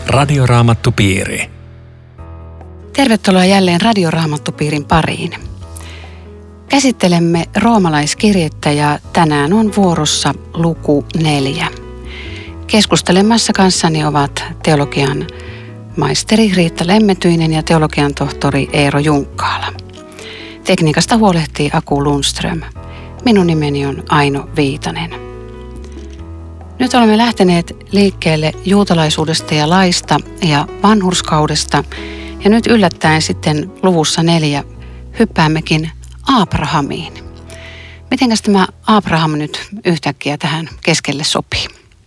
Radioraamattupiiri. Tervetuloa jälleen Radioraamattupiirin pariin. Käsittelemme roomalaiskirjettä ja tänään on vuorossa luku 4. Keskustelemassa kanssani ovat teologian maisteri Riitta Lemmetyinen ja teologian tohtori Eero Junkkaala. Tekniikasta huolehtii Aku Lundström. Minun nimeni on Aino Viitanen. Nyt olemme lähteneet liikkeelle juutalaisuudesta ja laista ja vanhurskaudesta. Ja nyt yllättäen sitten luvussa 4 hyppäämmekin Abrahamiin. Mitenkäs tämä Abraham nyt yhtäkkiä tähän keskelle sopii?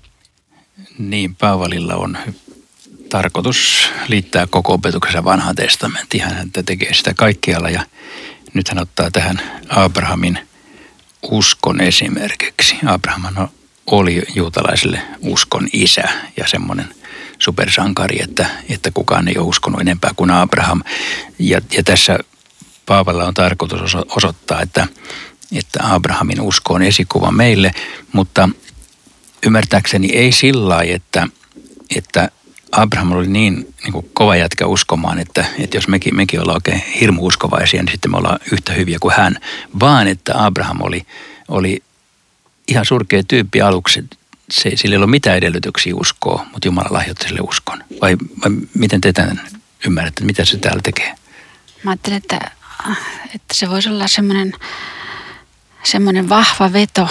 Niin, Paavalilla on tarkoitus liittää koko opetuksensa vanhaan testamenttiin. Hän tekee sitä kaikkialla ja nyt hän ottaa tähän Abrahamin uskon esimerkiksi. Abraham oli juutalaisille uskon isä ja semmoinen supersankari, että kukaan ei ole uskonut enempää kuin Abraham. Ja tässä Paavalla on tarkoitus osoittaa, että Abrahamin usko on esikuva meille, mutta ymmärtääkseni ei sillä lailla, että Abraham oli niin kuin kova jätkä uskomaan, että jos mekin ollaan oikein hirmu uskovaisia, niin sitten me ollaan yhtä hyviä kuin hän, vaan että Abraham oli ihan surkea tyyppi aluksi. Sillä ei ole mitään edellytyksiä uskoa, mutta Jumala lahjoitti sille uskon. Vai miten te tämän ymmärrätte, mitä se täällä tekee? Mä ajattelen, että se voisi olla semmoinen vahva veto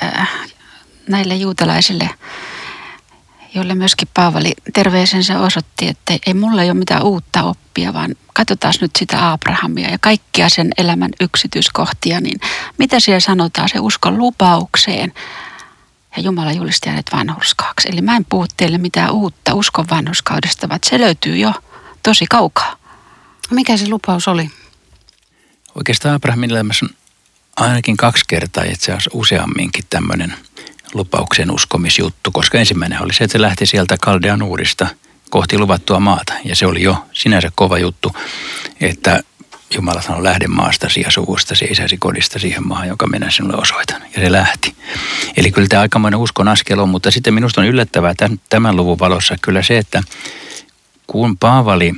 näille juutalaisille, joille myöskin Paavali terveisensä osoitti, että ei mulla ole mitään uutta oppia, vaan katsotaan nyt sitä Abrahamia ja kaikkia sen elämän yksityiskohtia, niin mitä siellä sanotaan, se uskon lupaukseen. Ja Jumala julisti hänet vanhurskaaksi. Eli mä en puhu teille mitään uutta uskon vanhurskaudesta, vaan se löytyy jo tosi kaukaa. Mikä se lupaus oli? Oikeastaan Abrahamin elämässä on ainakin 2 kertaa, itse asiassa useamminkin tämmöinen lupauksen uskomisjuttu, koska ensimmäinen oli se, että se lähti sieltä Kaldean Uurista kohti luvattua maata. Ja se oli jo sinänsä kova juttu, että Jumala sanoi, lähde maastasi ja suvustasi ja isäsi kodista siihen maahan, jonka minä sinulle osoitan. Ja se lähti. Eli kyllä tämä aikamoinen uskon askel on, mutta sitten minusta on yllättävää tämän luvun valossa kyllä se, että kun Paavali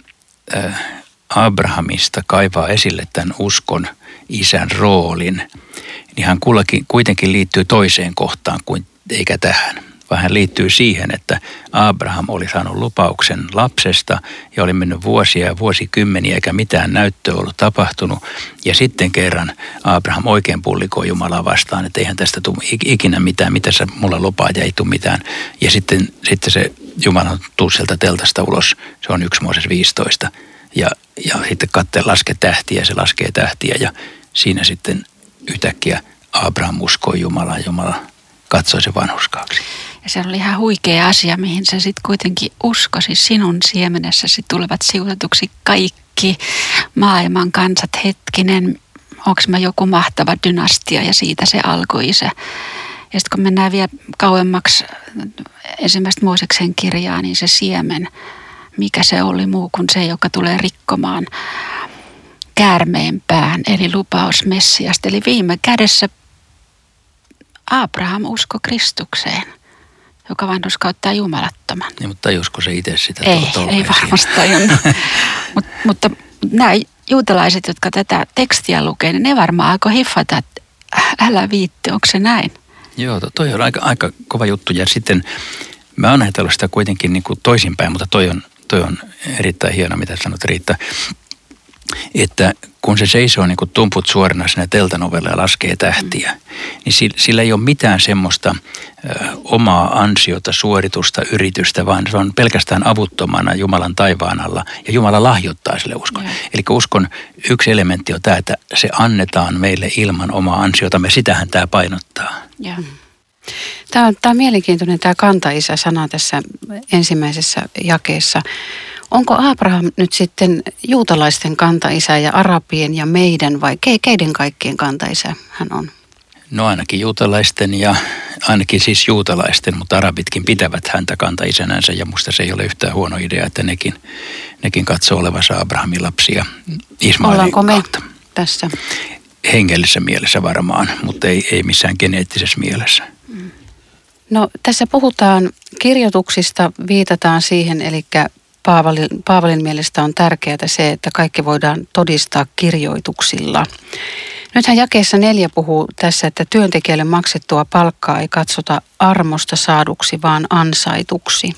Abrahamista kaivaa esille tämän uskon isän roolin, niin hän kuitenkin liittyy toiseen kohtaan kuin eikä tähän. Vaan hän liittyy siihen, että Abraham oli saanut lupauksen lapsesta ja oli mennyt vuosia ja vuosikymmeniä eikä mitään näyttöä ollut tapahtunut. Ja sitten kerran Abraham oikein pullikoi Jumalaa vastaan, että eihän tästä tule ikinä mitään, mitä sä mulla lupaat ja ei tule mitään. Ja sitten se Jumala tuu sieltä teltasta ulos, se on 1 Mooses 15. Ja sitten laske tähtiä ja se laskee tähtiä ja siinä sitten yhtäkkiä Abraham uskoi Jumalaa ja Jumala katsoi se vanhurskaaksi. Ja se oli ihan huikea asia, mihin sä sitten kuitenkin uskosi. Sinun siemenessäsi tulevat siunatuksi kaikki maailman kansat. Hetkinen, onko mä joku mahtava dynastia ja siitä se alkoi isä. Ja sitten kun mennään vielä kauemmaksi ensimmäistä Mooseksen kirjaa, niin se siemen, mikä se oli muu kuin se, joka tulee rikkomaan käärmeen pään, eli lupaus Messiasta. Eli viime kädessä Abraham usko Kristukseen, joka vanhurskauttaa jumalattoman. Niin, mutta tajusko se itse sitä? Ei varmasti tajunnut. Mutta nämä juutalaiset, jotka tätä tekstiä lukee, niin ne varmaan alkoi hiffata, että älä viitti, onko se näin? Joo, toi on aika kova juttu. Ja sitten mä oon ajatellut sitä kuitenkin niin kuin toisinpäin, mutta toi on erittäin hieno, mitä sanot Riitta. Että kun se seisoo niin kuin tumput suorana siinä teltan ovella ja laskee tähtiä, niin sillä ei ole mitään semmoista omaa ansiota, suoritusta, yritystä, vaan se on pelkästään avuttomana Jumalan taivaan alla ja Jumala lahjoittaa sille uskon. Eli uskon yksi elementti on tämä, että se annetaan meille ilman omaa ansiotamme, sitähän tämä painottaa. Ja. Tämä on mielenkiintoinen tämä kanta-isä-sana tässä ensimmäisessä jakeessa. Onko Abraham nyt sitten juutalaisten kanta-isä ja arabien ja meidän vai keiden kaikkien kanta-isä hän on? No ainakin juutalaisten ja ainakin siis juutalaisten, mutta arabitkin pitävät häntä kanta-isänänsä ja musta se ei ole yhtään huono idea, että nekin katsoo olevansa Abrahamin lapsia Ismaelin kautta. Ollaanko me tässä? Hengellisessä mielessä varmaan, mutta ei missään geneettisessä mielessä. No tässä puhutaan kirjoituksista, viitataan siihen, eli Paavalin mielestä on tärkeää se, että kaikki voidaan todistaa kirjoituksilla. Nythän jakeessa 4 puhuu tässä, että työntekijälle maksettua palkkaa ei katsota armosta saaduksi, vaan ansaituksi.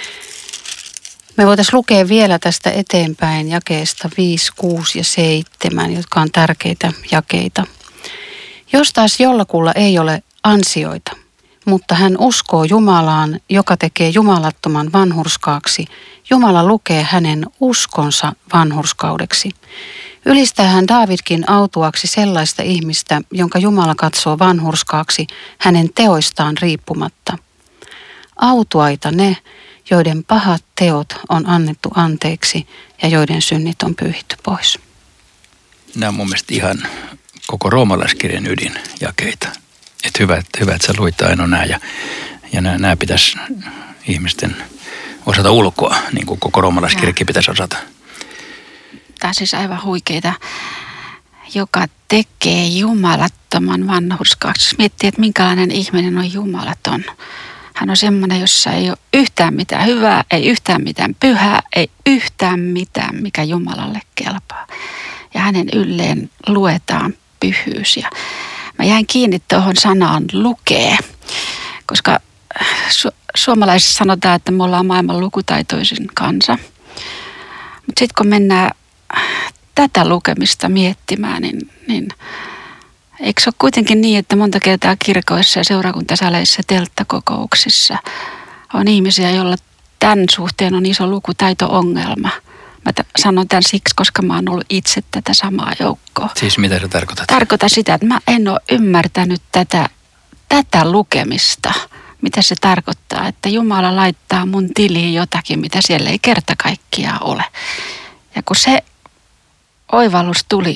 Me voitaisiin lukea vielä tästä eteenpäin jakeesta 5, 6 ja 7, jotka on tärkeitä jakeita. Jos taas jollakulla ei ole ansioita, mutta hän uskoo Jumalaan, joka tekee jumalattoman vanhurskaaksi, Jumala lukee hänen uskonsa vanhurskaudeksi. Ylistää hän Daavidkin autuaksi sellaista ihmistä, jonka Jumala katsoo vanhurskaaksi hänen teoistaan riippumatta. Autuaita ne, joiden pahat teot on annettu anteeksi ja joiden synnit on pyyhitty pois. Nämä on mun mielestä ihan koko roomalaiskirjan ydinjakeita. Että hyvä, että sä luit aina nämä ja nämä pitäisi ihmisten osata ulkoa, niin kuin koko roomalaiskirjakin pitäisi osata. Tämä on siis aivan huikeita, joka tekee jumalattoman vanhurskaaksi. Miettii, että minkälainen ihminen on jumalaton. Hän on semmoinen, jossa ei ole yhtään mitään hyvää, ei yhtään mitään pyhää, ei yhtään mitään, mikä Jumalalle kelpaa. Ja hänen ylleen luetaan pyhyys. Ja mä jäin kiinni tuohon sanaan lukee, koska suomalaisissa sanotaan, että me ollaan maailman lukutaitoisin kansa. Mutta sitten kun mennään tätä lukemista miettimään, niin eikö se ole kuitenkin niin, että monta kertaa kirkoissa ja seurakuntasaleissä, telttakokouksissa on ihmisiä, joilla tämän suhteen on iso lukutaito-ongelma. Mä sanon tämän siksi, koska mä oon ollut itse tätä samaa joukkoa. Siis mitä se tarkoittaa? Tarkoitan sitä, että mä en ole ymmärtänyt tätä lukemista. Mitä se tarkoittaa, että Jumala laittaa mun tiliin jotakin, mitä siellä ei kerta kaikkiaan ole. Ja kun se oivallus tuli,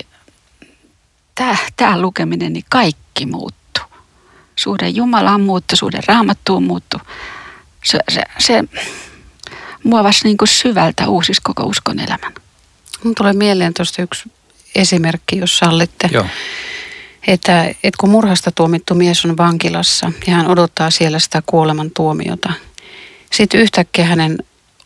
tämä lukeminen, niin kaikki muuttui. Suhde Jumalaan muuttui, suhde Raamattuun muuttui. Se muovasi niin kuin syvältä uusis koko uskon elämän. Mun tulee mieleen tuosta yksi esimerkki, jos sallitte. Joo. Että kun murhasta tuomittu mies on vankilassa ja hän odottaa siellä sitä kuoleman tuomiota. Sitten yhtäkkiä hänen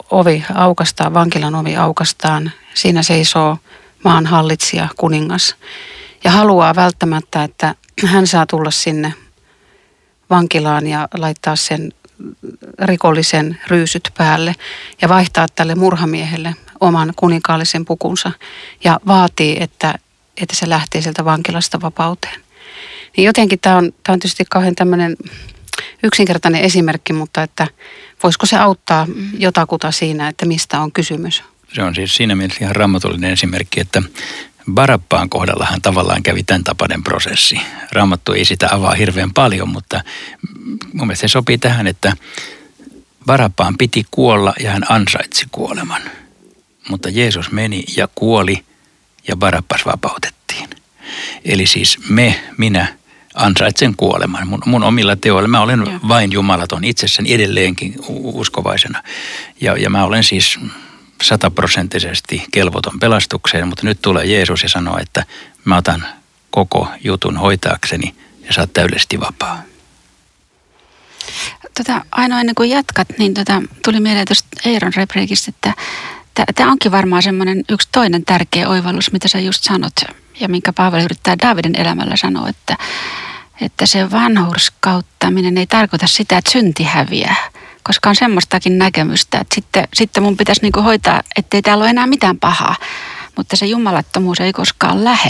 vankilan ovi aukastaan. Siinä seisoo maan hallitsija, kuningas. Ja haluaa välttämättä, että hän saa tulla sinne vankilaan ja laittaa sen rikollisen ryysyt päälle ja vaihtaa tälle murhamiehelle oman kuninkaallisen pukunsa ja vaatii, että se lähtee sieltä vankilasta vapauteen. Niin jotenkin tämä on tietysti kauhean tämmöinen yksinkertainen esimerkki, mutta että voisiko se auttaa jotakuta siinä, että mistä on kysymys? Se on siis siinä mielessä ihan raamatullinen esimerkki, että Barabbaan kohdallahan tavallaan kävi tämän tapainen prosessi. Raamattu ei sitä avaa hirveän paljon, mutta mun mielestä se sopii tähän, että Barabbaan piti kuolla ja hän ansaitsi kuoleman. Mutta Jeesus meni ja kuoli ja Barabbas vapautettiin. Eli siis minä ansaitsen kuoleman. Mun omilla teoilla mä olen vain jumalaton itsessäni edelleenkin uskovaisena. Ja mä olen siis 100% kelvoton pelastukseen, mutta nyt tulee Jeesus ja sanoo, että mä otan koko jutun hoitaakseni ja sä oot täydellisesti vapaa. Ainoa ennen kuin jatkat, niin tuli mieleen tuosta Eeron repliikistä, että tämä onkin varmaan semmoinen yksi toinen tärkeä oivallus, mitä sä just sanot ja minkä Paavali yrittää Daavidin elämällä sanoa, että se vanhurskauttaminen ei tarkoita sitä, että synti häviää. Koska on semmoistakin näkemystä, että sitten mun pitäisi niinku hoitaa, ettei täällä ole enää mitään pahaa. Mutta se jumalattomuus ei koskaan lähe.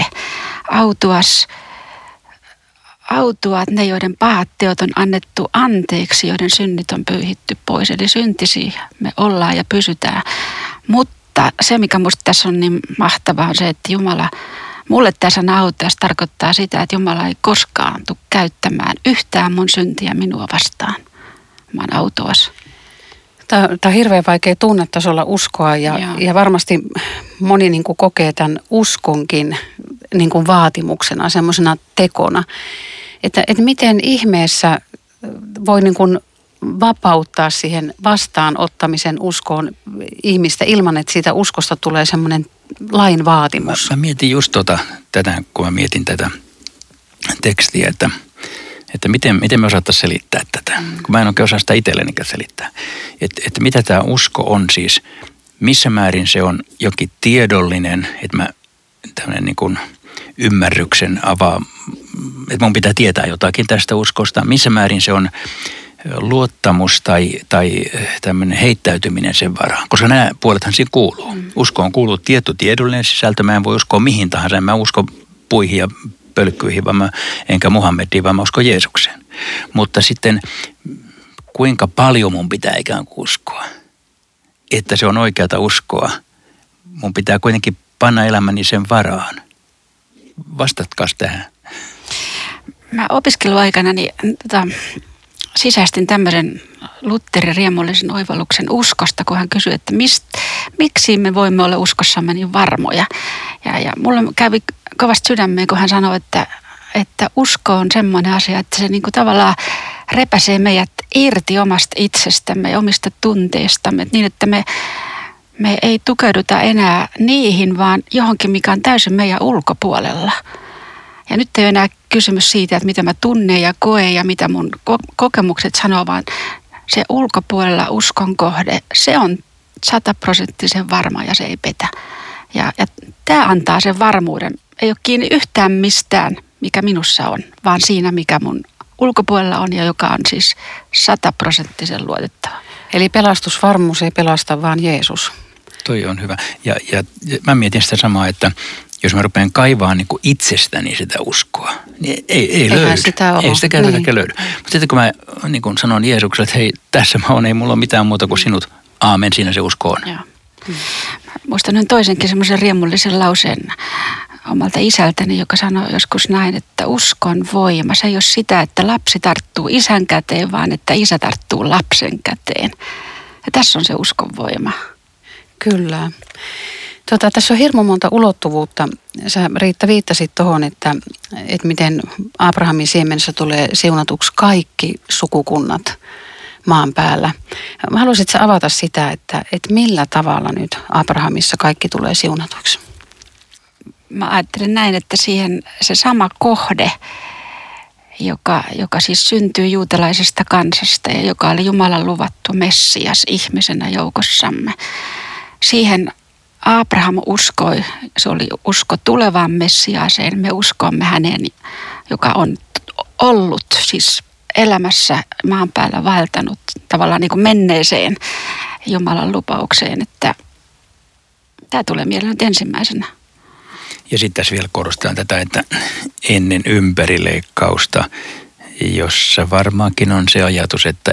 Autuaat ne, joiden pahat teot on annettu anteeksi, joiden synnit on pyyhitty pois. Eli syntisiä me ollaan ja pysytään. Mutta se, mikä musta tässä on niin mahtavaa, on se, että Jumala, mulle tämä sana autuas tarkoittaa sitä, että Jumala ei koskaan tule käyttämään yhtään mun syntiä minua vastaan. Mä oon autuas. Tämä on hirveän vaikea tunnetasolla uskoa ja varmasti moni niin kuin kokee tämän uskonkin niin kuin vaatimuksena, semmoisena tekona. Että miten ihmeessä voi niin kuin vapauttaa siihen vastaanottamisen uskoon ihmistä ilman, että siitä uskosta tulee semmoinen lain vaatimus. Mä mietin just tätä, kun mä mietin tätä tekstiä, että miten me osattaisiin selittää tätä, kun mä en oikein osaa sitä itsellenikään selittää. Että mitä tämä usko on siis. missä määrin se on jokin tiedollinen, että mä tämmöinen niin kuin ymmärryksen että mun pitää tietää jotakin tästä uskosta, missä määrin se on luottamus tai tämmöinen heittäytyminen sen varaan, koska nämä puolethan siinä kuuluu. Uskoon kuuluu tietty tiedollinen sisältö, mä en voi uskoa mihin tahansa, en mä usko puihin ja pölkkyihin, enkä Muhammediin, vaan mä uskon Jeesukseen. Mutta sitten kuinka paljon mun pitää ikään kuin uskoa, että se on oikeata uskoa. Mun pitää kuitenkin panna elämäni sen varaan. Vastatkaas tähän. Mä opiskeluaikanani sisäistin tämmöisen Lutherin riemullisen oivalluksen uskosta, kun hän kysyi, että miksi me voimme olla uskossamme niin varmoja. Ja mulle kävi kovasti sydämeen, kun hän sanoi, että usko on semmoinen asia, että se niinku tavallaan repäsee meidät irti omasta itsestämme ja omista tunteistamme, niin että me ei tukeuduta enää niihin, vaan johonkin, mikä on täysin meidän ulkopuolella. Ja nyt ei ole enää kysymys siitä, että mitä mä tunnen ja koen ja mitä mun kokemukset sanoo, vaan se ulkopuolella uskon kohde, se on 100% varma ja se ei petä. Ja tämä antaa sen varmuuden. Ei ole kiinni yhtään mistään, mikä minussa on, vaan siinä, mikä mun ulkopuolella on ja joka on siis 100% luotettava. Eli pelastusvarmuus ei pelasta, vaan Jeesus. Toi on hyvä. Ja mä mietin sitä samaa, että jos mä rupean kaivaa niin kuin itsestäni sitä uskoa, niin ei löydy. Sitä ole. Ei sitä kertaakaan löydy. Mutta sitten kun mä niin kun sanon Jeesukselle, että hei, tässä mä oon, ei mulla ole mitään muuta kuin sinut. Aamen, siinä se usko on. Joo. Muistan toisenkin semmoisen riemullisen lauseen omalta isältäni, joka sanoi joskus näin, että uskon voima. Se ei ole sitä, että lapsi tarttuu isän käteen, vaan että isä tarttuu lapsen käteen. Ja tässä on se uskon voima. Kyllä. Tässä on hirmu monta ulottuvuutta. Sä, Riitta, viittasit tuohon, että miten Abrahamin siemenessä tulee siunatuksi kaikki sukukunnat maan päällä. Mä haluaisit sä avata sitä, että millä tavalla nyt Abrahamissa kaikki tulee siunatuksi? Mä ajattelen näin, että siihen se sama kohde, joka siis syntyy juutalaisesta kansasta ja joka oli Jumalan luvattu Messias ihmisenä joukossamme. Siihen Abraham uskoi, se oli usko tulevaan Messiaaseen. Me uskomme häneen, joka on ollut siis elämässä maan päällä vaeltanut tavallaan niin kuin menneeseen Jumalan lupaukseen, että tämä tulee mieleen ensimmäisenä. Ja sitten tässä vielä korostetaan tätä, että ennen ympärileikkausta, jossa varmaankin on se ajatus, että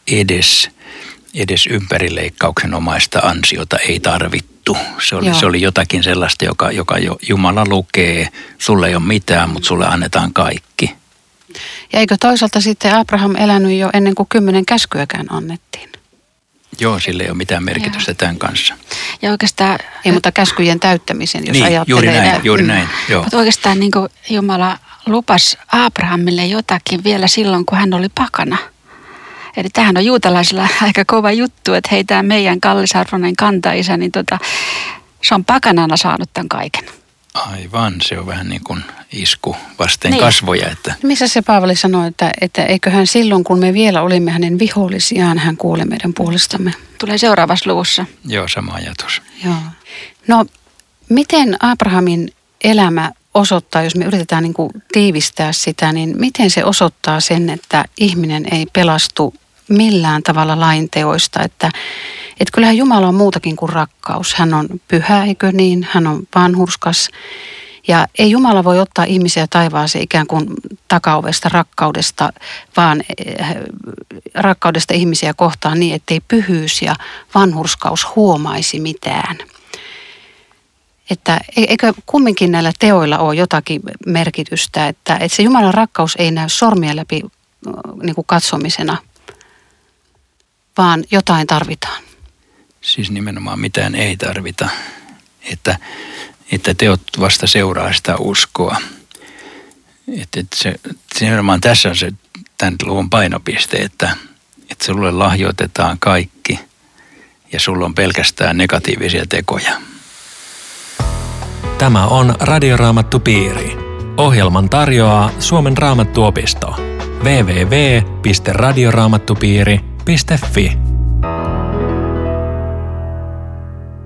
edes ympärileikkauksen omaista ansiota ei tarvittu. Se oli jotakin sellaista, joka Jumala lukee, sulle ei ole mitään, mutta sulle annetaan kaikki. Ja eikö toisaalta sitten Abraham elänyt jo ennen kuin 10 käskyäkään annettiin? Joo, sillä ei ole mitään merkitystä tämän kanssa. Ja oikeastaan... Ei, mutta käskyjen täyttämisen, jos niin, ajattelee. Juuri näin. Joo. Mutta oikeastaan niin kuin Jumala lupasi Abrahamille jotakin vielä silloin, kun hän oli pakana. Eli tämähän on juutalaisilla aika kova juttu, että hei, tämä meidän kallisarvoinen kantaisä, niin se on pakanana saanut tämän kaiken. Aivan, se on vähän niin kuin isku vasten kasvoja. Että... Missä se Paavali sanoi, että eiköhän silloin, kun me vielä olimme hänen vihollisiaan, hän kuuli meidän puolestamme? Tulee seuraavassa luvussa. Joo, sama ajatus. Joo. No, miten Abrahamin elämä osoittaa, jos me yritetään niin kuin tiivistää sitä, niin miten se osoittaa sen, että ihminen ei pelastu millään tavalla lain teoista, että kyllähän Jumala on muutakin kuin rakkaus. Hän on pyhä, eikö niin? Hän on vanhurskas. Ja ei Jumala voi ottaa ihmisiä taivaaseen ikään kuin takaovesta rakkaudesta, vaan rakkaudesta ihmisiä kohtaan niin, ettei pyhyys ja vanhurskaus huomaisi mitään. Että eikö kumminkin näillä teoilla ole jotakin merkitystä, että se Jumalan rakkaus ei näy sormien läpi niin kuin katsomisena, vaan jotain tarvitaan. Siis nimenomaan mitään ei tarvita, että teot vasta seuraa sitä uskoa. Että se nimenomaan tässä on se tämän luvun painopiste, että sulle lahjoitetaan kaikki ja sulla on pelkästään negatiivisia tekoja. Tämä on Radioraamattupiiri. Ohjelman tarjoaa Suomen Raamattuopisto. www.radioraamattupiiri.fi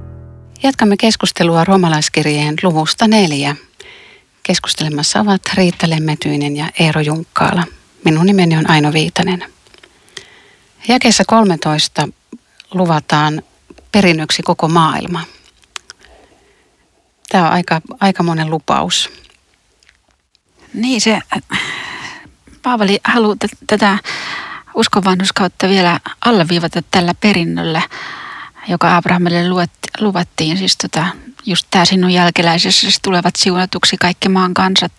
Jatkamme keskustelua roomalaiskirjeen luvusta 4. Keskustelemassa ovat Riitta Lemmetyinen ja Eero Junkkaala. Minun nimeni on Aino Viitanen. Jakeessa 13 luvataan perinnöksi koko maailma. Tämä on aika monen lupaus. Niin, Paavali haluaa tätä uskonvanhuskautta vielä alleviivata tällä perinnöllä, joka Abrahamille luvattiin. Siis just tämä sinun jälkeläisessä tulevat siunatuksi kaikki maan kansat.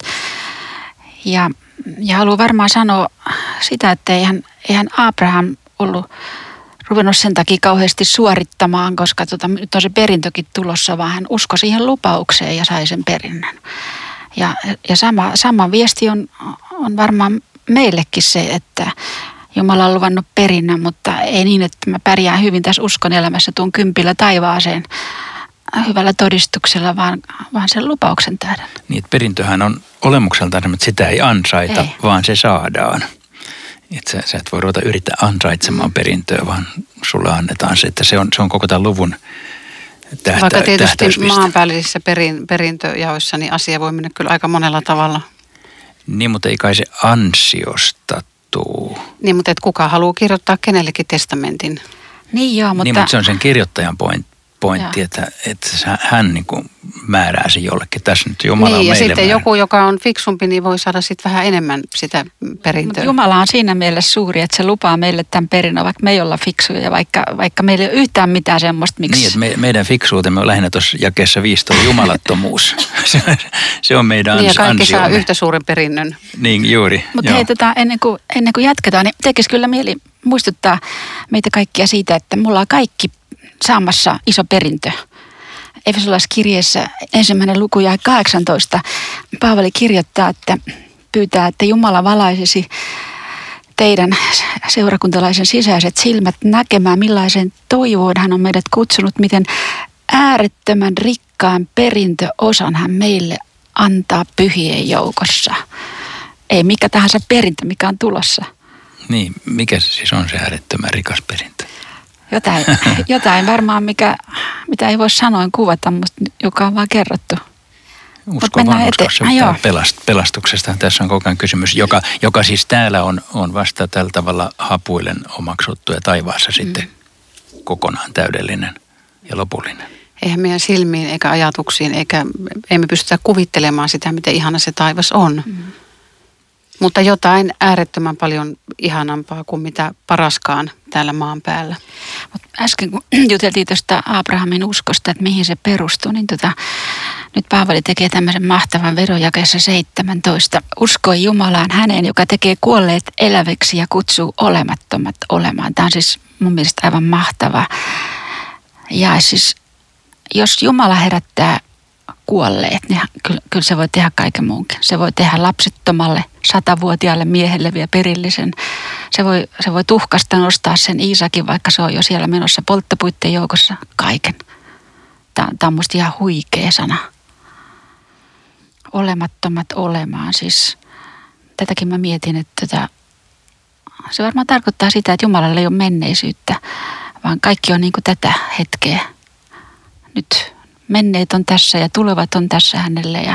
Ja haluaa varmaan sanoa sitä, että eihän Abraham ollut ruvennut sen takia kauheasti suorittamaan, koska nyt on se perintökin tulossa, vaan hän uskoi siihen lupaukseen ja sai sen perinnön. Ja sama viesti on varmaan meillekin se, että Jumala on luvannut perinnön, mutta ei niin, että mä pärjään hyvin tässä uskon elämässä, tuun kympillä taivaaseen hyvällä todistuksella, vaan sen lupauksen tähden. Niin, että perintöhän on olemukseltaan, että sitä ei ansaita, vaan se saadaan. Että sä et voi ruveta yrittää ansaitsemaan perintöä, vaan sulle annetaan se, että se on koko tämän luvun Vaikka tietysti maanpäällisissä perintöjaoissa niin asia voi mennä kyllä aika monella tavalla. Niin, mutta ei kai se ansiosta tuu. Niin, mutta kuka haluaa kirjoittaa kenellekin testamentin? Niin joo, mutta... Niin, mutta se on sen kirjoittajan pointti, että hän niin kuin määrää sen jollekin. Tässä nyt Jumala on meille ja sitten joku, joka on fiksumpi, niin voi saada sitten vähän enemmän sitä perintöä. Mutta Jumala on siinä mielessä suuri, että se lupaa meille tämän perinnön, vaikka me ei olla fiksuja ja vaikka meillä ei ole yhtään mitään semmoista, miksi... Niin, että meidän fiksuutemme on lähinnä tuossa jakeessa 5 jumalattomuus. Se on meidän ansiomme. Niin ja kaikki saa ansiomme. Yhtä suuren perinnön. Niin, juuri. Mutta hei, ennen kuin jatketaan, niin tekisi kyllä mieli muistuttaa meitä kaikkia siitä, että mulla on kaikki saamassa iso perintö. Efesolaiskirjeessä 1. luku jae 18. Paavali kirjoittaa, että pyytää, että Jumala valaisisi teidän seurakuntalaisen sisäiset silmät näkemään, millaisen toivoon hän on meidät kutsunut, miten äärettömän rikkaan perintöosan hän meille antaa pyhien joukossa. Ei mikä tahansa perintö, mikä on tulossa. Niin, mikä se siis on se äärettömän rikas perintö? Jotain varmaan, mitä ei voi sanoin kuvata, mutta joka on vaan kerrottu. Uskon vanhuskossa pelastuksesta. Tässä on koko ajan kysymys, joka siis täällä on vasta tällä tavalla hapuillen omaksuttu ja taivaassa sitten kokonaan täydellinen ja lopullinen. Eihän meidän silmiin eikä ajatuksiin, ei me pystytä kuvittelemaan sitä, miten ihana se taivas on. Mutta jotain äärettömän paljon ihanampaa kuin mitä paraskaan täällä maan päällä. Mut äsken kun juteltiin tuosta Abrahamin uskosta, että mihin se perustuu, niin nyt Paavali tekee tämmöisen mahtavan verojakeessa 17. Uskoi Jumalaan häneen, joka tekee kuolleet eläviksi ja kutsuu olemattomat olemaan. Tämä on siis mun mielestä aivan mahtava. Ja siis jos Jumala herättää kuolleet, niin kyllä se voi tehdä kaiken muunkin. Se voi tehdä lapsettomalle 100-vuotiaalle miehelle vielä perillisen. Se voi tuhkasta nostaa sen Iisakin, vaikka se on jo siellä menossa polttopuitteen joukossa, kaiken. Tämä on musta ihan huikea sana. Olemattomat olemaan. Siis tätäkin mä mietin, että se varmaan tarkoittaa sitä, että Jumalalla ei ole menneisyyttä, vaan kaikki on niin kuin tätä hetkeä. Nyt menneet on tässä ja tulevat on tässä hänelle ja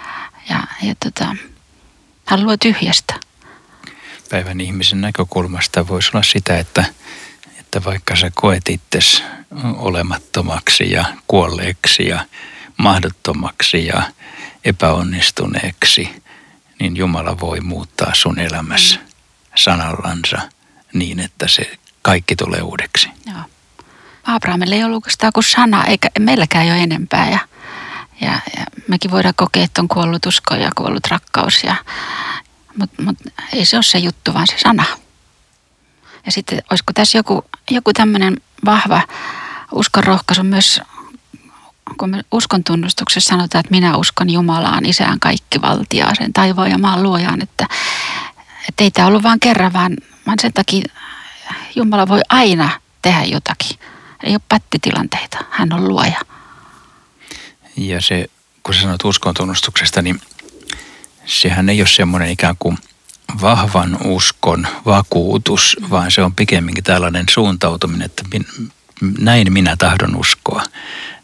hän luo tyhjästä. Päivän ihmisen näkökulmasta voisi olla sitä, että vaikka sä koet itsesi olemattomaksi ja kuolleeksi ja mahdottomaksi ja epäonnistuneeksi, niin Jumala voi muuttaa sun elämässä sanallansa niin, että se kaikki tulee uudeksi. Joo. Abrahamille ei ollut oikeastaan kuin sana, eikä meilläkään ei ole enempää. Ja mekin voidaan kokea, että on kuollut usko ja kuollut rakkaus. Mutta ei se ole se juttu, vaan se sana. Ja sitten olisiko tässä joku tämmöinen vahva uskonrohkaisu myös, kun me uskon tunnustuksessa sanotaan, että minä uskon Jumalaan, Isään kaikkivaltiaaseen, taivaan ja maan luojaan. Että ei tämä ollut vaan kerran, vaan sen takia Jumala voi aina tehdä jotakin. Ei ole pättitilanteita. Hän on luoja. Ja se, kun sä sanot uskontunnustuksesta, niin sehän ei ole semmoinen ikään kuin vahvan uskon vakuutus, vaan se on pikemminkin tällainen suuntautuminen, että näin minä tahdon uskoa.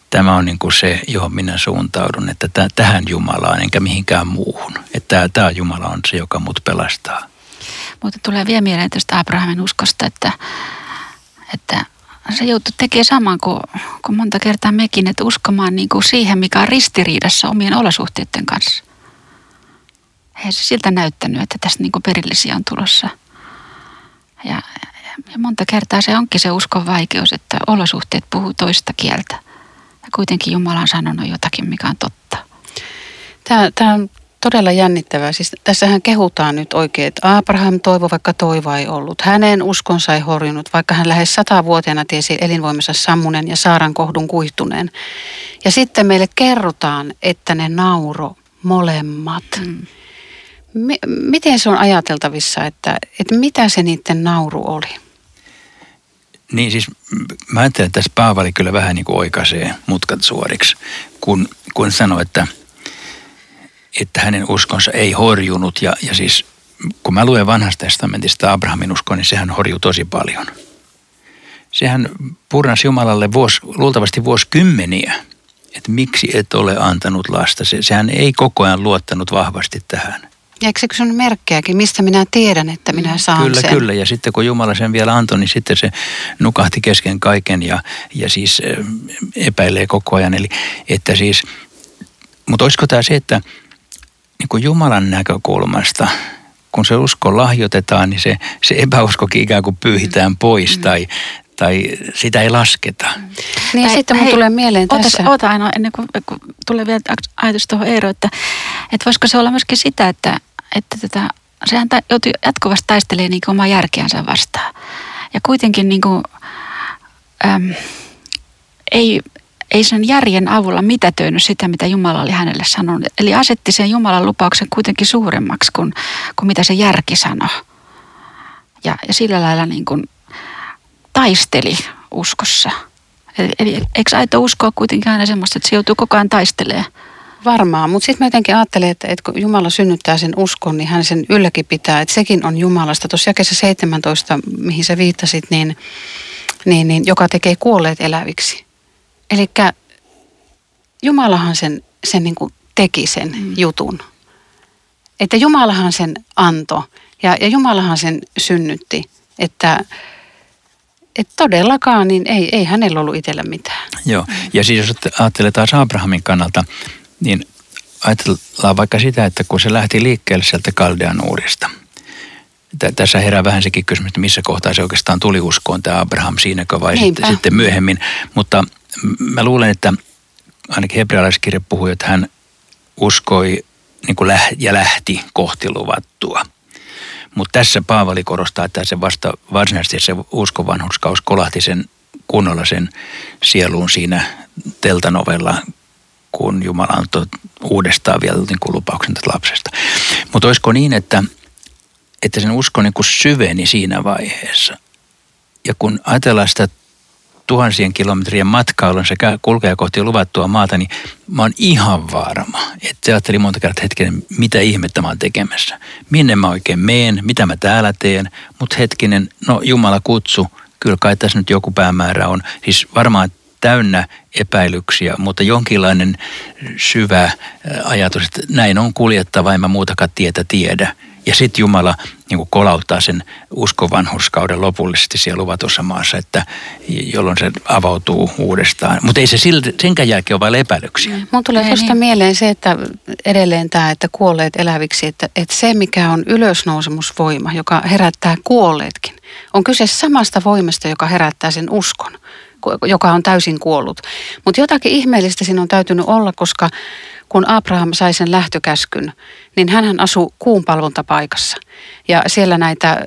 tämä on niin kuin se, johon minä suuntaudun, että tähän Jumalaan enkä mihinkään muuhun. Että tämä Jumala on se, joka mut pelastaa. Mutta tulee vielä mieleen tästä Abrahamin uskosta, että se joutui tekemään saman kuin monta kertaa mekin, että uskomaan niin kuin siihen, mikä on ristiriidassa omien olosuhteiden kanssa. Ei se siltä näyttänyt, että tästä niin kuin perillisiä on tulossa. Ja monta kertaa se onkin se uskon vaikeus, että olosuhteet puhuu toista kieltä. Ja kuitenkin Jumala on sanonut jotakin, mikä on totta. Tämä on todella jännittävää. Siis tässähän kehutaan nyt oikein, että Abraham toivoi, vaikka toivoa ei ollut. Hänen uskonsa ei horjunut, vaikka hän lähes 100-vuotiaana tiesi elinvoimansa sammunen ja Saaran kohdun kuihtuneen. Ja sitten meille kerrotaan, että ne nauro molemmat. Miten se on ajateltavissa, että mitä se niiden nauru oli? Niin siis mä ajattelen, että tässä Paavali kyllä vähän niin kuin oikaisee mutkat suoriksi, kun sanoi, että hänen uskonsa ei horjunut. Ja siis kun mä luen Vanhasta testamentista Abrahamin uskon, niin sehän horjuu tosi paljon. Sehän purnasi Jumalalle luultavasti vuosikymmeniä, että miksi et ole antanut lasta. Sehän ei koko ajan luottanut vahvasti tähän. Ja eikö se ole merkkejäkin, mistä minä tiedän, että minä saan sen? Kyllä. Ja sitten kun Jumala sen vielä antoi, niin sitten se nukahti kesken kaiken ja siis epäilee koko ajan. Eli että siis, mutta olisiko tämä se, että niin kuin Jumalan näkökulmasta, kun se usko lahjoitetaan, niin se epäuskokin ikään kuin pyyhitään pois tai sitä ei lasketa. Niin ja sitten mun tulee mieleen tässä. Oota aina ennen kuin tulee vielä ajatus tuohon Eero, että voisiko se olla myöskin sitä, että sehän joutuu jatkuvasti taistelemaan niin omaa järkeänsä vastaan. Ja kuitenkin niin kuin, ei sen järjen avulla mitätöinyt sitä, mitä Jumala oli hänelle sanonut. Eli asetti sen Jumalan lupauksen kuitenkin suuremmaksi kuin mitä se järki sanoi. Ja sillä lailla niin kuin taisteli uskossa. Eli eikö aito uskoa kuitenkin aina semmoista, että se joutuu koko ajan taistelemaan? Varmaan, mutta sitten mä jotenkin ajattelen, että kun Jumala synnyttää sen uskon, niin hän sen ylläkin pitää, että sekin on Jumalasta. Tuossa jakeessa 17, mihin sä viittasit, niin joka tekee kuolleet eläviksi. Eli Jumalahan sen niin kuin teki sen jutun. Että Jumalahan sen antoi ja Jumalahan sen synnytti, että todellakaan niin ei hänellä ollut itsellä mitään. Joo, ja siis jos ajattelee taas Abrahamin kannalta, niin ajatellaan vaikka sitä, että kun se lähti liikkeelle sieltä Kaldean Uurista. Tässä herää vähän sekin kysymys, että missä kohtaa se oikeastaan tuli uskoon tämä Abraham, siinäkö vai sitten myöhemmin. Mutta mä luulen, että ainakin hebrealaiskirja puhui, että hän uskoi niin kuin ja lähti kohti luvattua. Mutta tässä Paavali korostaa, että se vasta varsinaisesti se uskonvanhurskaus kolahti sen kunnolla sen sieluun siinä teltanovella, kun Jumala antoi uudestaan vielä niin kuin lupauksen tästä lapsesta. Mutta olisiko niin, että sen usko niin kuin syveni siinä vaiheessa. Ja kun ajatellaan sitä tuhansien kilometrien matkailun sekä kulkea kohti luvattua maata, niin mä oon ihan varma, että se ajatteli monta kertaa hetkinen, mitä ihmettä mä oon tekemässä. Minne mä oikein meen, mitä mä täällä teen, mutta hetkinen, no Jumala kutsu, kyllä kai tässä nyt joku päämäärä on. Siis varmaan täynnä epäilyksiä, mutta jonkinlainen syvä ajatus, että näin on kuljettava, en mä muutakaan tietä tiedä. Ja sitten Jumala niin kuin kolauttaa sen uskonvanhurskauden lopullisesti siellä luvatussa maassa, että jolloin se avautuu uudestaan. Mutta ei se senkään jälkeen ole vain epäilyksiä. Mun tulee tuosta mieleen se, että edelleen tämä, että kuolleet eläviksi, että se mikä on ylösnousemusvoima, joka herättää kuolleetkin, on kyse samasta voimasta, joka herättää sen uskon, joka on täysin kuollut. Mutta jotakin ihmeellistä siinä on täytynyt olla, koska kun Abraham sai sen lähtökäskyn, niin hänhän asui kuunpalvontapaikassa. Ja siellä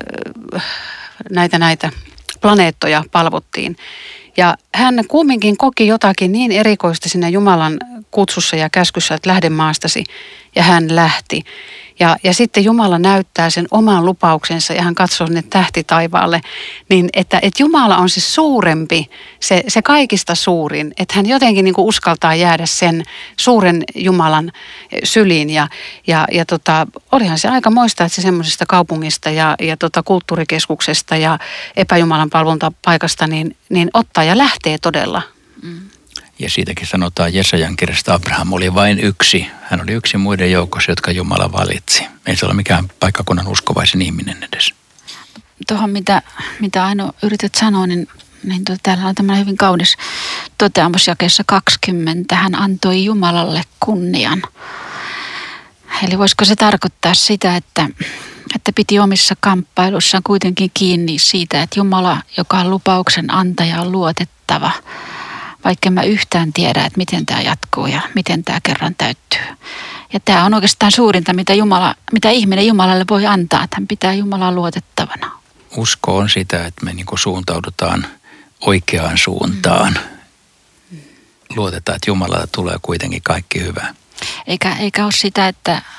näitä planeettoja palvottiin. Ja hän kumminkin koki jotakin niin erikoista siinä Jumalan kutsussa ja käskyssä, että lähde maastasi. Ja hän lähti. Ja sitten Jumala näyttää sen oman lupauksensa ja hän katsoo sinne tähtitaivaalle. Niin että Jumala on se suurempi, se kaikista suurin. Että hän jotenkin niin kuin uskaltaa jäädä sen suuren Jumalan syliin. Ja olihan se aika moista, että se semmoisesta kaupungista ja kulttuurikeskuksesta ja epäjumalan palvontapaikasta niin ottaa ja lähtee todella. Ja siitäkin sanotaan Jesajan kirjasta, Abraham oli vain yksi. Hän oli yksi muiden joukossa, jotka Jumala valitsi. Ei se ole mikään paikkakunnan uskovaisin ihminen edes. Tuohon, mitä Aino yrität sanoa, niin täällä on tämmöinen hyvin kaunis toteamus jakeessa 20. Hän antoi Jumalalle kunnian. Eli voisiko se tarkoittaa sitä, että piti omissa kamppailuissaan kuitenkin kiinni siitä, että Jumala, joka on lupauksen antaja, on luotettava. Vaikka mä yhtään tiedä, että miten tämä jatkuu ja miten tämä kerran täyttyy. Ja tämä on oikeastaan suurinta, mitä ihminen Jumalalle voi antaa, että hän pitää Jumalaa luotettavana. Usko on sitä, että me niinku suuntaudutaan oikeaan suuntaan. Luotetaan, että Jumalalta tulee kuitenkin kaikki hyvää. Eikä ole sitä,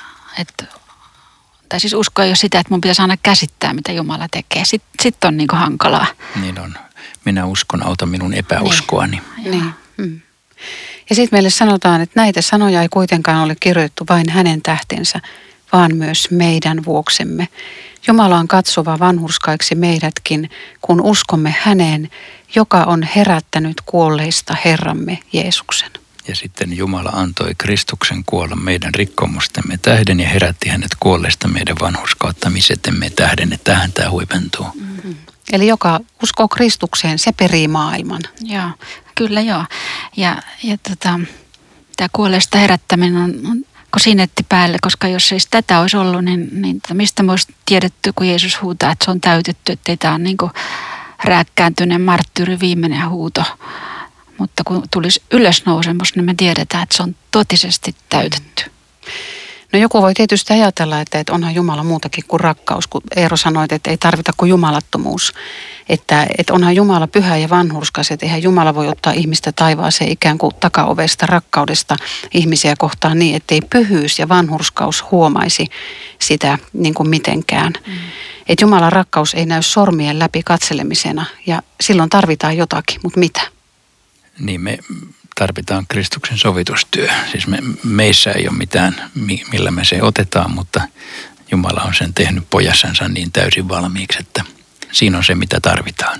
tai siis usko ei ole sitä, että mun pitäisi aina käsittää, mitä Jumala tekee. Sitten on niinku hankalaa. Niin on. Minä uskon, auta minun epäuskoani. Niin. Ja sitten meille sanotaan, että näitä sanoja ei kuitenkaan ole kirjoitettu vain hänen tähtensä, vaan myös meidän vuoksemme. Jumala on katsova vanhurskaiksi meidätkin, kun uskomme häneen, joka on herättänyt kuolleista Herramme Jeesuksen. Ja sitten Jumala antoi Kristuksen kuolla meidän rikkomustemme tähden ja herätti hänet kuolleista meidän vanhurskauttamisetemme tähden, että tähän tämä huipentuu. Mm-hmm. Eli joka uskoo Kristukseen, se perii maailman. Joo, kyllä joo. Ja tämä kuolleista herättäminen on sinetti päälle, koska jos ei tätä olisi ollut, niin mistä me olisi tiedetty, kun Jeesus huutaa, että se on täytetty, että ei tämä ole niin kuin rääkkääntyneen marttyyrin viimeinen huuto. Mutta kun tulisi ylösnousemus, niin me tiedetään, että se on totisesti täytetty. No joku voi tietysti ajatella, että onhan Jumala muutakin kuin rakkaus, kun Eero sanoit, että ei tarvita kuin jumalattomuus. Että onhan Jumala pyhä ja vanhurskas, että eihän Jumala voi ottaa ihmistä taivaaseen ikään kuin takaovesta rakkaudesta ihmisiä kohtaan niin, ettei pyhyys ja vanhurskaus huomaisi sitä niin kuin mitenkään. Että Jumalan rakkaus ei näy sormien läpi katselemisena ja silloin tarvitaan jotakin, mutta mitä? Niin me tarvitaan Kristuksen sovitustyö. Siis meissä ei ole mitään, millä me se otetaan, mutta Jumala on sen tehnyt pojassansa niin täysin valmiiksi, että siinä on se, mitä tarvitaan.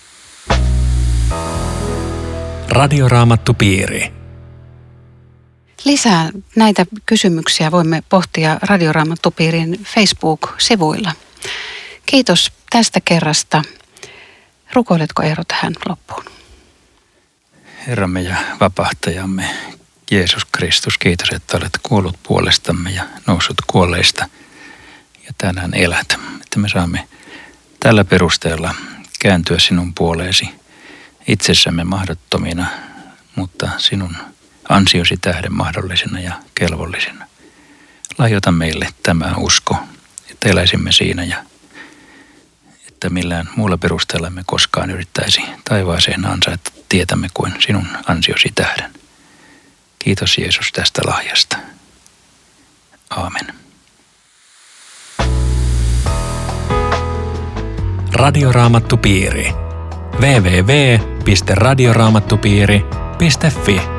Radioraamattupiiri. Lisää näitä kysymyksiä voimme pohtia Radioraamattupiirin Facebook-sivuilla. Kiitos tästä kerrasta. Rukoiletko Eero tähän loppuun? Herramme ja vapahtajamme Jeesus Kristus, kiitos, että olet kuollut puolestamme ja noussut kuolleista ja tänään elät. Että me saamme tällä perusteella kääntyä sinun puoleesi itsessämme mahdottomina, mutta sinun ansiosi tähden mahdollisena ja kelvollisena. Lahjoita meille tämä usko, että eläisimme siinä ja että millään muulla perusteella emme koskaan yrittäisi taivaaseen ansaita tietämme kuin sinun ansiosi tähden. Kiitos Jeesus tästä lahjasta. Aamen. Radioraamattupiiri. www.radioraamattupiiri.fi